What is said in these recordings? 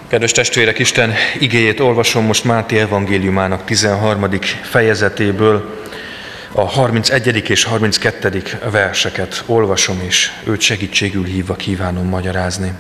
Kedves testvérek, Isten igéjét olvasom most Máté evangéliumának 13. fejezetéből, a 31. és 32. verseket olvasom, és őt segítségül hívva kívánom magyarázni.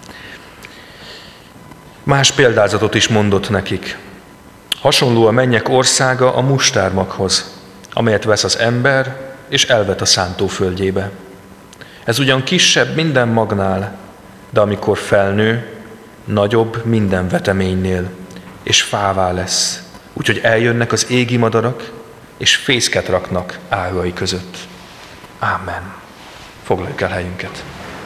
Más példázatot is mondott nekik. Hasonló a mennyek országa a mustármaghoz, amelyet vesz az ember, és elvet a szántóföldjébe. Ez ugyan kisebb minden magnál, de amikor felnő, nagyobb minden veteménynél, és fává lesz, úgyhogy eljönnek az égi madarak, és fészket raknak ágai között. Ámen. Foglaljuk el helyünket.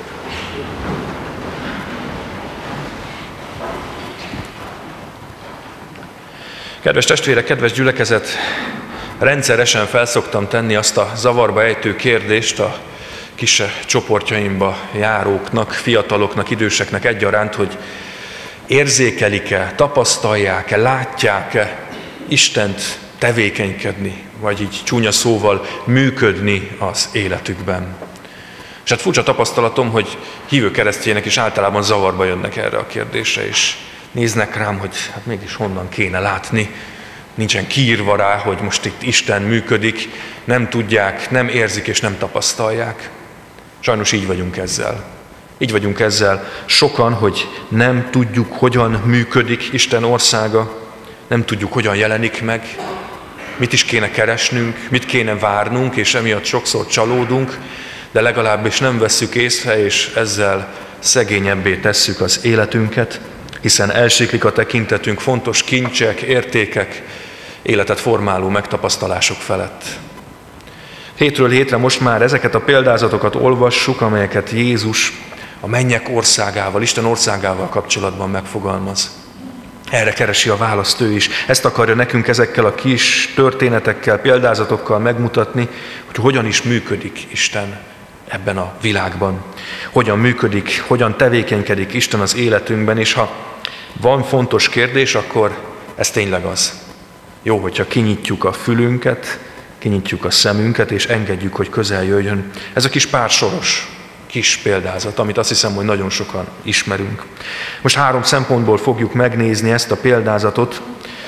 Kedves testvérek, kedves gyülekezet, rendszeresen felszoktam tenni azt a zavarba ejtő kérdést a kis csoportjaimba járóknak, fiataloknak, időseknek egyaránt, hogy érzékelik-e, tapasztalják-e, látják-e Istent tevékenykedni, vagy így csúnya szóval működni az életükben. És hát furcsa tapasztalatom, hogy hívő keresztények is általában zavarba jönnek erre a kérdésre, és néznek rám, hogy hát mégis honnan kéne látni, nincsen kiírva rá, hogy most itt Isten működik, nem tudják, nem érzik és nem tapasztalják. Sajnos így vagyunk ezzel. Így vagyunk ezzel sokan, hogy nem tudjuk, hogyan működik Isten országa, nem tudjuk, hogyan jelenik meg, mit is kéne keresnünk, mit kéne várnunk, és emiatt sokszor csalódunk, de legalábbis nem vesszük észre, és ezzel szegényebbé tesszük az életünket, hiszen elsiklik a tekintetünk fontos kincsek, értékek, életet formáló megtapasztalások felett. Hétről hétre most már ezeket a példázatokat olvassuk, amelyeket Jézus a mennyek országával, Isten országával kapcsolatban megfogalmaz. Erre keresi a választ ő is. Ezt akarja nekünk ezekkel a kis történetekkel, példázatokkal megmutatni, hogy hogyan is működik Isten ebben a világban. Hogyan működik, hogyan tevékenykedik Isten az életünkben, és ha van fontos kérdés, akkor ez tényleg az. Jó, hogyha kinyitjuk a fülünket, kinyitjuk a szemünket, és engedjük, hogy közel jöjjön. Ez a kis pár soros kis példázat, amit azt hiszem, hogy nagyon sokan ismerünk. Most 3 szempontból fogjuk megnézni ezt a példázatot.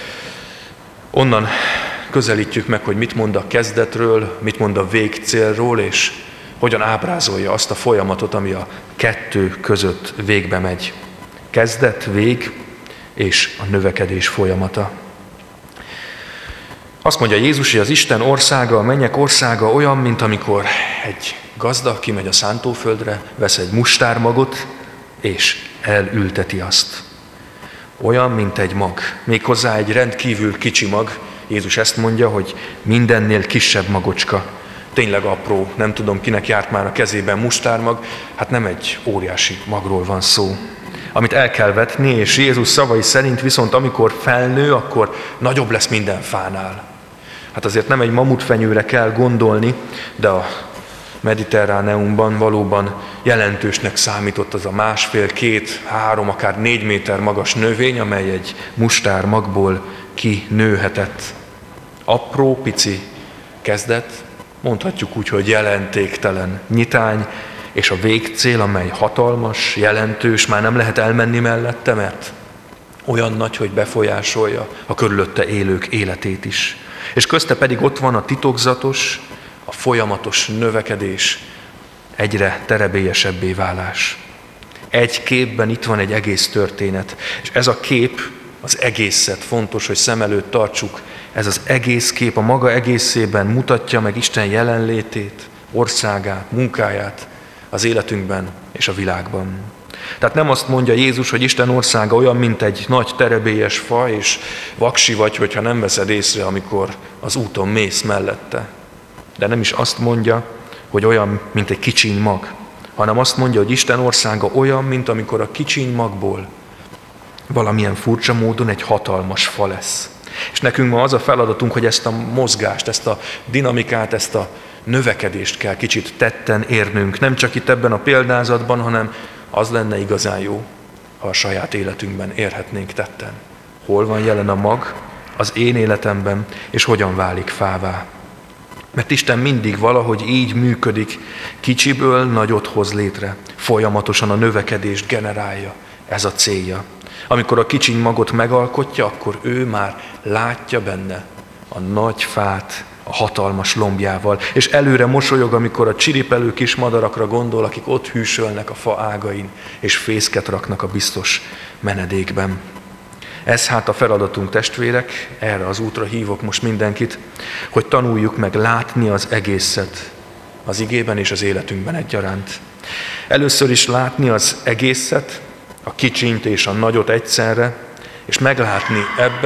Onnan közelítjük meg, hogy mit mond a kezdetről, mit mond a végcélról, és hogyan ábrázolja azt a folyamatot, ami a 2 között végbe megy. Kezdet, vég és a növekedés folyamata. Azt mondja Jézus, hogy az Isten országa, a mennyek országa olyan, mint amikor egy gazda kimegy a szántóföldre, vesz egy mustármagot, és elülteti azt. Olyan, mint egy mag. Méghozzá egy rendkívül kicsi mag. Jézus ezt mondja, hogy mindennél kisebb magocska. Tényleg apró, nem tudom, kinek járt már a kezében mustármag, hát nem egy óriási magról van szó, amit el kell vetni, és Jézus szavai szerint viszont amikor felnő, akkor nagyobb lesz minden fánál. Hát azért nem egy mamutfenyőre kell gondolni, de a Mediterráneumban valóban jelentősnek számított az a 1,5, 2, 3, akár 4 méter magas növény, amely egy mustármagból kinőhetett. Apró, pici kezdet, mondhatjuk úgy, hogy jelentéktelen nyitány, és a végcél, amely hatalmas, jelentős, már nem lehet elmenni mellette, mert olyan nagy, hogy befolyásolja a körülötte élők életét is. És közte pedig ott van a titokzatos, a folyamatos növekedés, egyre terebélyesebbé válás. Egy képben itt van egy egész történet, és ez a kép, az egészet fontos, hogy szem előtt tartsuk, ez az egész kép a maga egészében mutatja meg Isten jelenlétét, országát, munkáját az életünkben és a világban. Tehát nem azt mondja Jézus, hogy Isten országa olyan, mint egy nagy terebélyes fa, és vaksi vagy, hogyha nem veszed észre, amikor az úton mész mellette. De nem is azt mondja, hogy olyan, mint egy kicsiny mag, hanem azt mondja, hogy Isten országa olyan, mint amikor a kicsiny magból valamilyen furcsa módon egy hatalmas fa lesz. És nekünk ma az a feladatunk, hogy ezt a mozgást, ezt a dinamikát, ezt a növekedést kell kicsit tetten érnünk. Nem csak itt ebben a példázatban, hanem az lenne igazán jó, ha a saját életünkben érhetnénk tetten. Hol van jelen a mag az én életemben, és hogyan válik fává. Mert Isten mindig valahogy így működik, kicsiből nagyot hoz létre, folyamatosan a növekedést generálja, Ez a célja. Amikor a kicsiny magot megalkotja, akkor ő már látja benne a nagy fát a hatalmas lombjával, és előre mosolyog, amikor a csiripelő kis madarakra gondol, akik ott hűsölnek a fa ágain, és fészket raknak a biztos menedékben. Ez hát a feladatunk, testvérek, erre az útra hívok most mindenkit, hogy tanuljuk meg látni az egészet az igében és az életünkben egyaránt. Először is látni az egészet, a kicsint és a nagyot egyszerre, és meglátni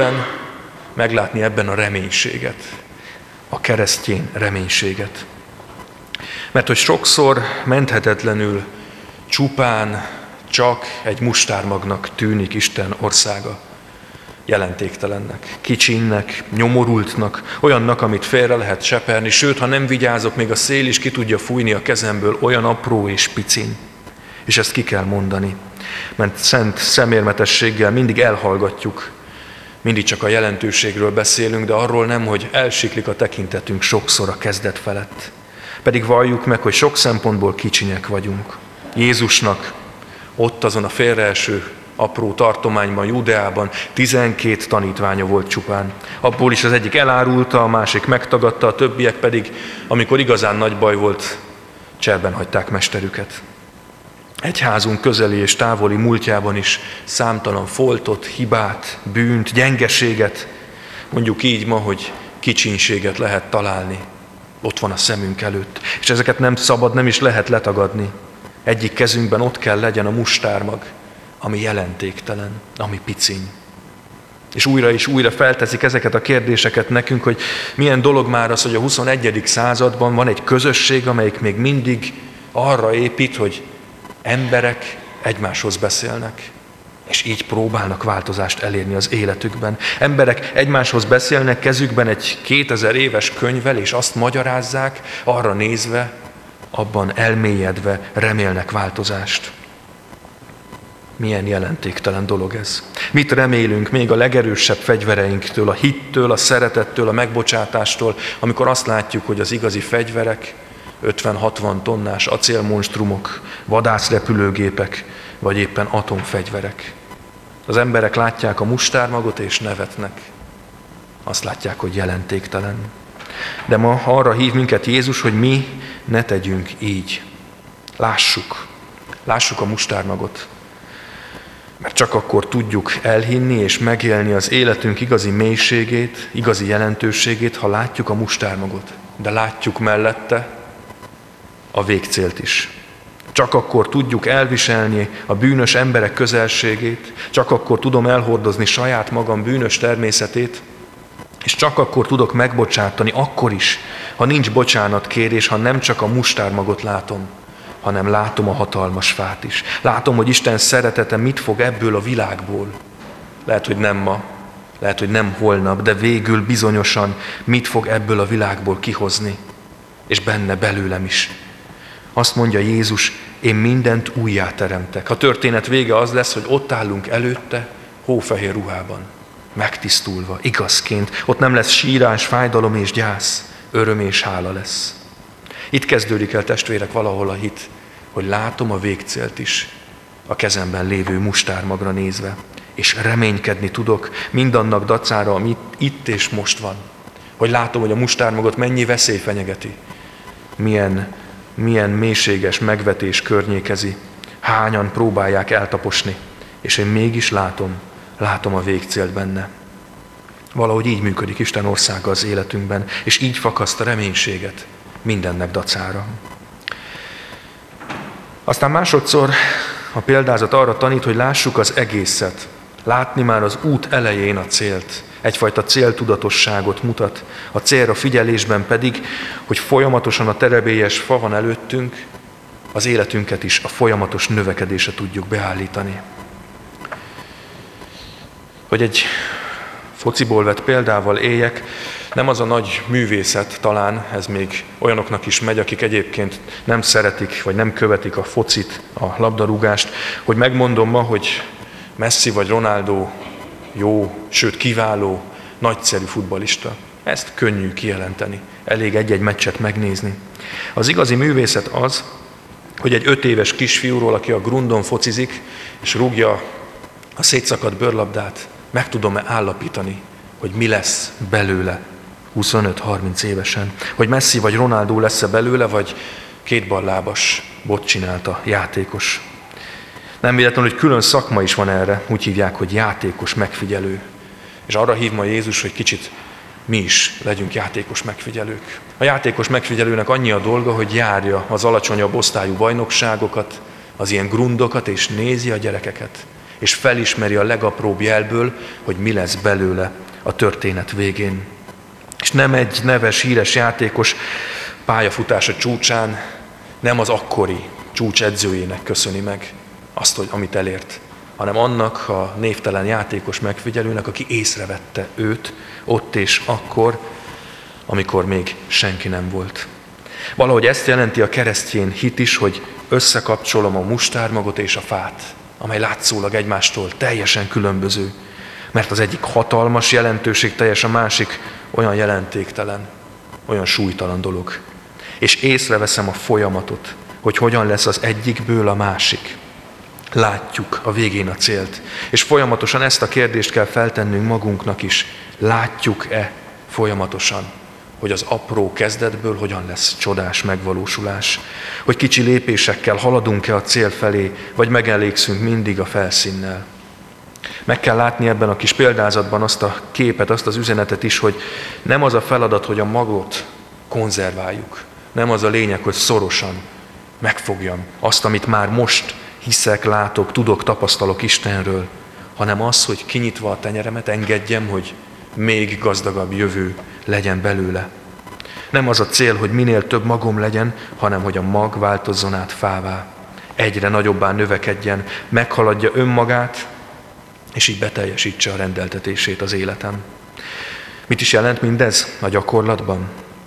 ebben a reménységet, a keresztény reménységet. Mert hogy sokszor menthetetlenül csupán csak egy mustármagnak tűnik Isten országa, jelentéktelennek, kicsinnek, nyomorultnak, olyannak, amit félre lehet seperni, sőt, ha nem vigyázok, még a szél is ki tudja fújni a kezemből, olyan apró és picin. És ezt ki kell mondani, mert szent szemérmetességgel mindig elhallgatjuk, mindig csak a jelentőségről beszélünk, de arról nem, hogy elsiklik a tekintetünk sokszor a kezdet felett. Pedig valljuk meg, hogy sok szempontból kicsinyek vagyunk. Jézusnak ott azon a félreeső apró tartományban, Judeában 12 tanítványa volt csupán. Abból is az egyik elárulta, a másik megtagadta, a többiek pedig, amikor igazán nagy baj volt, cserben hagyták mesterüket. Egyházunk közeli és távoli múltjában is számtalan foltot, hibát, bűnt, gyengeséget, mondjuk így ma, hogy kicsinséget lehet találni. Ott van a szemünk előtt. És ezeket nem szabad, nem is lehet letagadni. Egyik kezünkben ott kell legyen a mustármag, ami jelentéktelen, ami piciny. És újra felteszik ezeket a kérdéseket nekünk, hogy milyen dolog már az, hogy a 21. században van egy közösség, amelyik még mindig arra épít, hogy emberek egymáshoz beszélnek, és így próbálnak változást elérni az életükben. Emberek egymáshoz beszélnek, kezükben egy 2000 éves könyvvel, és azt magyarázzák, arra nézve, abban elmélyedve remélnek változást. Milyen jelentéktelen dolog ez. Mit remélünk még a legerősebb fegyvereinktől, a hittől, a szeretettől, a megbocsátástól, amikor azt látjuk, hogy az igazi fegyverek 50-60 tonnás acélmonstrumok, vadászrepülőgépek, vagy éppen atomfegyverek. Az emberek látják a mustármagot és nevetnek. Azt látják, hogy jelentéktelen. De ma arra hív minket Jézus, hogy mi ne tegyünk így. Lássuk a mustármagot. Mert csak akkor tudjuk elhinni és megélni az életünk igazi mélységét, igazi jelentőségét, ha látjuk a mustármagot. De látjuk mellette a végcélt is. Csak akkor tudjuk elviselni a bűnös emberek közelségét, csak akkor tudom elhordozni saját magam bűnös természetét, és csak akkor tudok megbocsátani, akkor is, ha nincs bocsánatkérés, ha nem csak a mustármagot látom, hanem látom a hatalmas fát is. Látom, hogy Isten szeretete mit fog ebből a világból. Lehet, hogy nem ma, lehet, hogy nem holnap, de végül bizonyosan mit fog ebből a világból kihozni, és benne belőlem is. Azt mondja Jézus, én mindent újjáteremtek. A történet vége az lesz, hogy ott állunk előtte, hófehér ruhában, megtisztulva, igazként. Ott nem lesz sírás, fájdalom és gyász, öröm és hála lesz. Itt kezdődik el, testvérek, valahol a hit, hogy látom a végcélt is, a kezemben lévő mustármagra nézve, és reménykedni tudok mindannak dacára, ami itt és most van. Hogy látom, hogy a mustármagot mennyi veszély fenyegeti, milyen mélységes megvetés környékezi, hányan próbálják eltaposni, és én mégis látom a végcélt benne. Valahogy így működik Isten országa az életünkben, és így fakaszt a reménységet mindennek dacára. Aztán másodszor a példázat arra tanít, hogy lássuk az egészet. Látni már az út elején a célt. Egyfajta céltudatosságot mutat. A célra figyelésben pedig, hogy folyamatosan a terebélyes fa van előttünk, az életünket is a folyamatos növekedésre tudjuk beállítani. Hogy egy fociból vett példával éljek, nem az a nagy művészet talán, ez még olyanoknak is megy, akik egyébként nem szeretik, vagy nem követik a focit, a labdarúgást, hogy megmondom ma, hogy Messi vagy Ronaldo jó, sőt kiváló, nagyszerű futballista. Ezt könnyű kijelenteni, elég egy-egy meccset megnézni. Az igazi művészet az, hogy egy 5 éves kisfiúról, aki a grundon focizik, és rúgja a szétszakadt bőrlabdát, meg tudom-e állapítani, hogy mi lesz belőle 25-30 évesen? Hogy Messi vagy Ronaldo lesz-e belőle, vagy kétballábas bot csinálta játékos? Nem véletlenül, hogy külön szakma is van erre, úgy hívják, hogy játékos megfigyelő. És arra hív ma Jézus, hogy kicsit mi is legyünk játékos megfigyelők. A játékos megfigyelőnek annyi a dolga, hogy járja az alacsonyabb osztályú bajnokságokat, az ilyen grundokat, és nézi a gyerekeket. És felismeri a legapróbb jelből, hogy mi lesz belőle a történet végén. És nem egy neves, híres játékos pályafutása csúcsán, nem az akkori csúcs edzőjének köszöni meg azt, hogy amit elért, hanem annak a névtelen játékos megfigyelőnek, aki észrevette őt ott és akkor, amikor még senki nem volt. Valahogy ezt jelenti a keresztény hit is, hogy összekapcsolom a mustármagot és a fát, amely látszólag egymástól teljesen különböző, mert az egyik hatalmas jelentőségteljes, a másik olyan jelentéktelen, olyan súlytalan dolog. És észreveszem a folyamatot, hogy hogyan lesz az egyikből a másik. Látjuk a végén a célt. És folyamatosan ezt a kérdést kell feltennünk magunknak is. Látjuk-e folyamatosan, hogy az apró kezdetből hogyan lesz csodás megvalósulás? Hogy kicsi lépésekkel haladunk-e a cél felé, vagy megelégszünk mindig a felszínnel? Meg kell látni ebben a kis példázatban azt a képet, azt az üzenetet is, hogy nem az a feladat, hogy a magot konzerváljuk. Nem az a lényeg, hogy szorosan megfogjam azt, amit már most hiszek, látok, tudok, tapasztalok Istenről, hanem az, hogy kinyitva a tenyeremet engedjem, hogy még gazdagabb jövő legyen belőle. Nem az a cél, hogy minél több magom legyen, hanem hogy a mag változzon át fává, egyre nagyobbá növekedjen, meghaladja önmagát, és így beteljesítse a rendeltetését az életem. Mit is jelent mindez a gyakorlatban?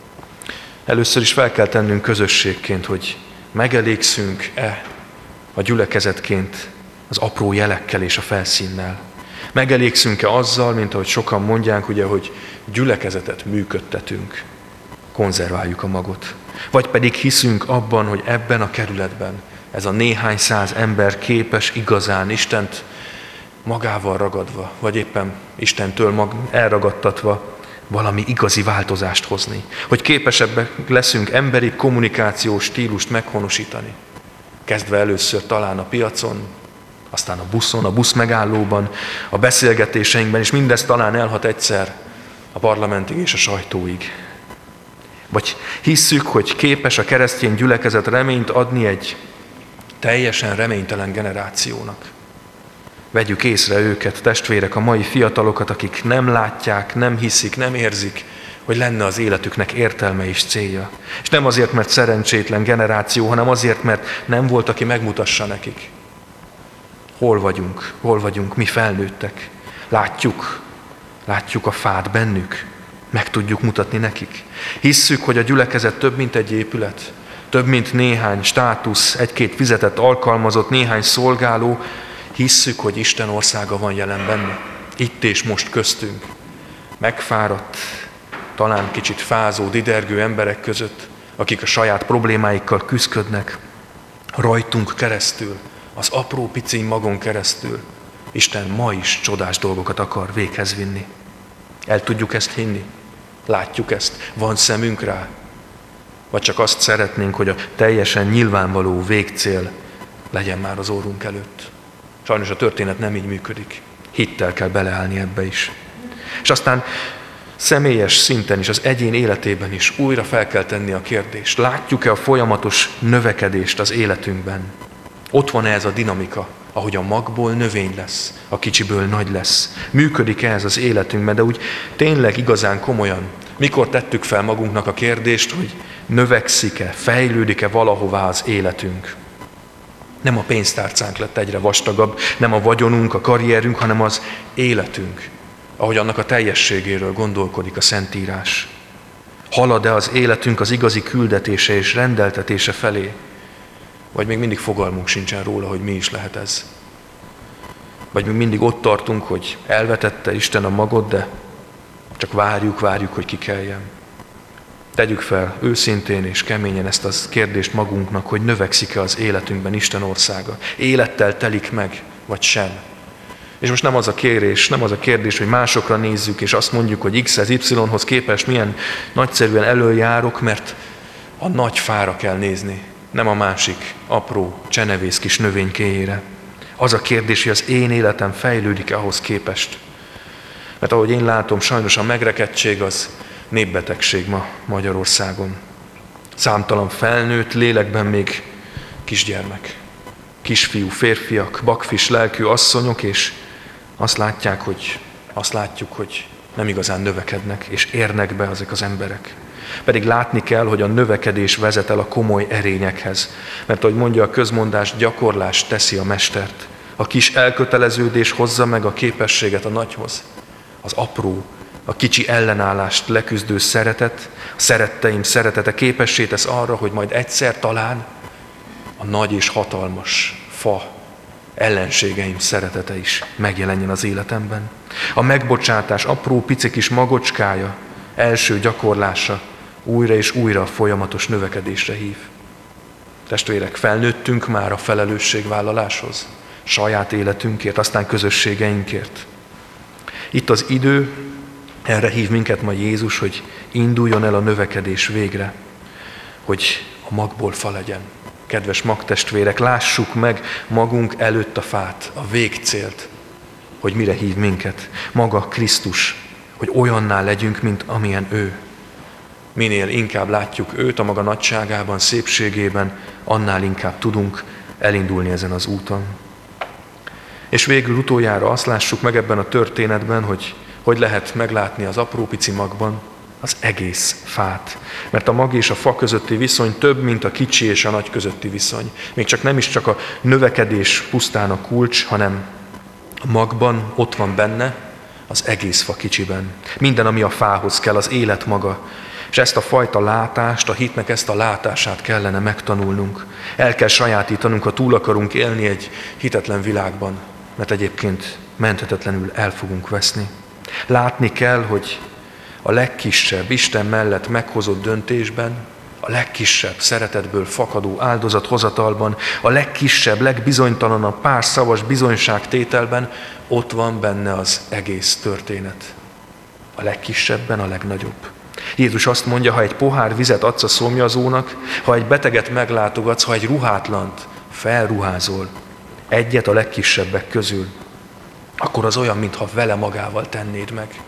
Először is fel kell tennünk közösségként, hogy megelégszünk-e a gyülekezetként az apró jelekkel és a felszínnel. Megelégszünk-e azzal, mint ahogy sokan mondják, ugye, hogy gyülekezetet működtetünk, konzerváljuk a magot. Vagy pedig hiszünk abban, hogy ebben a kerületben ez a néhány száz ember képes igazán Istent magával ragadva, vagy éppen Istentől elragadtatva valami igazi változást hozni. Hogy képesebbek leszünk emberi kommunikációs stílust meghonosítani. Kezdve először talán a piacon, aztán a buszon, a buszmegállóban, a beszélgetéseinkben, és mindez talán elhat egyszer a parlamentig és a sajtóig. Vagy hisszük, hogy képes a keresztény gyülekezet reményt adni egy teljesen reménytelen generációnak. Vegyük észre őket, testvérek, a mai fiatalokat, akik nem látják, nem hiszik, nem érzik, hogy lenne az életüknek értelme és célja. És nem azért, mert szerencsétlen generáció, hanem azért, mert nem volt, aki megmutassa nekik. Hol vagyunk, mi felnőttek. Látjuk a fát bennük, meg tudjuk mutatni nekik. Hisszük, hogy a gyülekezet több, mint egy épület, több, mint néhány státusz, egy-két fizetett alkalmazott, néhány szolgáló. Hisszük, hogy Isten országa van jelen benne, itt és most köztünk. Megfáradt, talán kicsit fázó, didergő emberek között, akik a saját problémáikkal küszködnek, rajtunk keresztül, az apró piciny magon keresztül Isten ma is csodás dolgokat akar véghez vinni. El tudjuk ezt hinni? Látjuk ezt? Van szemünk rá? Vagy csak azt szeretnénk, hogy a teljesen nyilvánvaló végcél legyen már az orrunk előtt? Sajnos a történet nem így működik. Hittel kell beleállni ebbe is. És aztán személyes szinten is, az egyén életében is újra fel kell tenni a kérdést. Látjuk-e a folyamatos növekedést az életünkben? Ott van ez a dinamika, ahogy a magból növény lesz, a kicsiből nagy lesz. Működik-e ez az életünkben, de úgy tényleg igazán komolyan? Mikor tettük fel magunknak a kérdést, hogy növekszik-e, fejlődik-e valahová az életünk? Nem a pénztárcánk lett egyre vastagabb, nem a vagyonunk, a karrierünk, hanem az életünk, ahogy annak a teljességéről gondolkodik a Szentírás. Halad-e az életünk az igazi küldetése és rendeltetése felé? Vagy még mindig fogalmunk sincsen róla, hogy mi is lehet ez? Vagy még mindig ott tartunk, hogy elvetette Isten a magot, de csak várjuk, hogy kikeljen. Tegyük fel őszintén és keményen ezt a kérdést magunknak, hogy növekszik-e az életünkben Isten országa. Élettel telik meg, vagy sem. És most nem az a kérés, nem az a kérdés, hogy másokra nézzük, és azt mondjuk, hogy X-hez, Y-hoz képest milyen nagyszerűen előjárok, mert a nagy fára kell nézni, nem a másik apró, csenevész kis növénykéjére. Az a kérdés, hogy az én életem fejlődik ahhoz képest. Mert ahogy én látom, sajnos a megrekedtség az népbetegség ma Magyarországon. Számtalan felnőtt, lélekben még kisgyermek. Kisfiú, férfiak, bakfis lelkű asszonyok, és azt látjuk, hogy nem igazán növekednek, és érnek be ezek az emberek. Pedig látni kell, hogy a növekedés vezet el a komoly erényekhez. Mert ahogy mondja a közmondás, gyakorlás teszi a mestert. A kis elköteleződés hozza meg a képességet a nagyhoz. Az apró, a kicsi ellenállást leküzdő szeretet, a szeretteim szeretete képessé tesz arra, hogy majd egyszer talán a nagy és hatalmas fa ellenségeim szeretete is megjelenjen az életemben. A megbocsátás apró pici kis magocskája, első gyakorlása újra és újra a folyamatos növekedésre hív. Testvérek, felnőttünk már a felelősségvállaláshoz, saját életünkért, aztán közösségeinkért. Itt az idő, erre hív minket ma Jézus, hogy induljon el a növekedés végre, hogy a magból fa legyen. Kedves magtestvérek, lássuk meg magunk előtt a fát, a végcélt, hogy mire hív minket. Maga Krisztus, hogy olyanná legyünk, mint amilyen ő. Minél inkább látjuk őt a maga nagyságában, szépségében, annál inkább tudunk elindulni ezen az úton. És végül utoljára azt lássuk meg ebben a történetben, hogy lehet meglátni az apró pici magban az egész fát. Mert a mag és a fa közötti viszony több, mint a kicsi és a nagy közötti viszony. Még csak nem is csak a növekedés pusztán a kulcs, hanem a magban ott van benne az egész fa kicsiben. Minden, ami a fához kell, az élet maga. És ezt a fajta látást, a hitnek ezt a látását kellene megtanulnunk. El kell sajátítanunk, ha túl akarunk élni egy hitetlen világban, mert egyébként menthetetlenül el fogunk veszni. Látni kell, hogy a legkisebb, Isten mellett meghozott döntésben, a legkisebb szeretetből fakadó áldozathozatalban, a legkisebb, legbizonytalanabb pár szavas bizonyságtételben ott van benne az egész történet. A legkisebben a legnagyobb. Jézus azt mondja, ha egy pohár vizet adsz a szomjazónak, ha egy beteget meglátogatsz, ha egy ruhátlant felruházol, egyet a legkisebbek közül, akkor az olyan, mintha vele magával tennéd meg.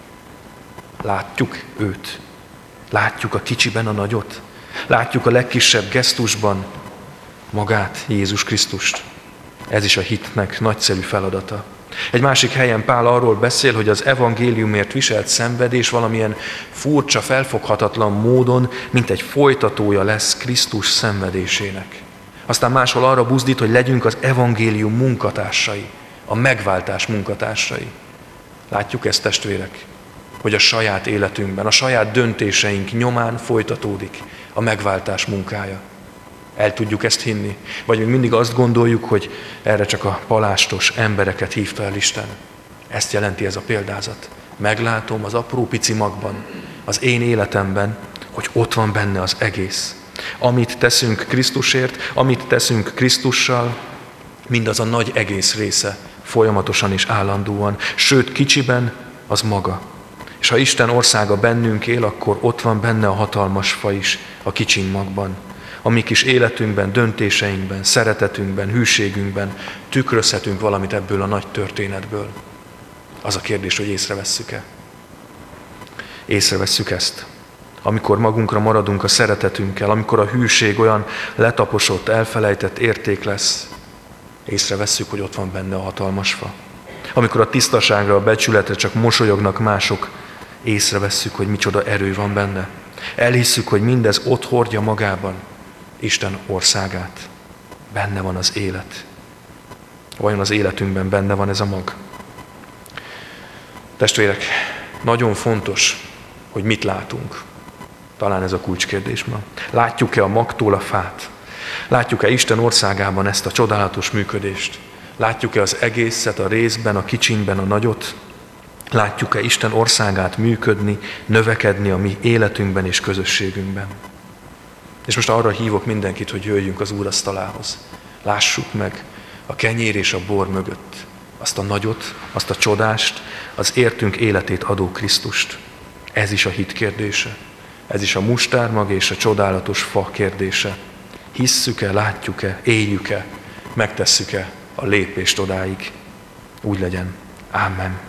Látjuk őt. Látjuk a kicsiben a nagyot. Látjuk a legkisebb gesztusban magát, Jézus Krisztust. Ez is a hitnek nagyszerű feladata. Egy másik helyen Pál arról beszél, hogy az evangéliumért viselt szenvedés valamilyen furcsa, felfoghatatlan módon, mint egy folytatója lesz Krisztus szenvedésének. Aztán máshol arra buzdít, hogy legyünk az evangélium munkatársai, a megváltás munkatársai. Látjuk ezt, testvérek, hogy a saját életünkben, a saját döntéseink nyomán folytatódik a megváltás munkája. El tudjuk ezt hinni? Vagy még mindig azt gondoljuk, hogy erre csak a palástos embereket hívta el Isten? Ezt jelenti ez a példázat. Meglátom az apró pici magban, az én életemben, hogy ott van benne az egész. Amit teszünk Krisztusért, amit teszünk Krisztussal, mindaz a nagy egész része, folyamatosan és állandóan, sőt kicsiben az maga. És ha Isten országa bennünk él, akkor ott van benne a hatalmas fa is a kicsin magban. A mi kis életünkben, döntéseinkben, szeretetünkben, hűségünkben tükrözhetünk valamit ebből a nagy történetből. Az a kérdés, hogy észrevesszük-e? Észrevesszük ezt. Amikor magunkra maradunk a szeretetünkkel, amikor a hűség olyan letaposott, elfelejtett érték lesz, észrevesszük, hogy ott van benne a hatalmas fa. Amikor a tisztaságra, a becsületre csak mosolyognak mások, észrevesszük, hogy micsoda erő van benne. Elhisszük, hogy mindez ott hordja magában Isten országát. Benne van az élet. Vajon az életünkben benne van ez a mag? Testvérek, nagyon fontos, hogy mit látunk. Talán ez a kulcskérdés ma. Látjuk-e a magtól a fát? Látjuk-e Isten országában ezt a csodálatos működést? Látjuk-e az egészet, a részben, a kicsinyben, a nagyot? Látjuk-e Isten országát működni, növekedni a mi életünkben és közösségünkben? És most arra hívok mindenkit, hogy jöjjünk az úrasztalához. Lássuk meg a kenyér és a bor mögött azt a nagyot, azt a csodást, az értünk életét adó Krisztust. Ez is a hit kérdése. Ez is a mustármag és a csodálatos fa kérdése. Hisszük-e, látjuk-e, éljük-e, megtesszük-e a lépést odáig? Úgy legyen. Ámen.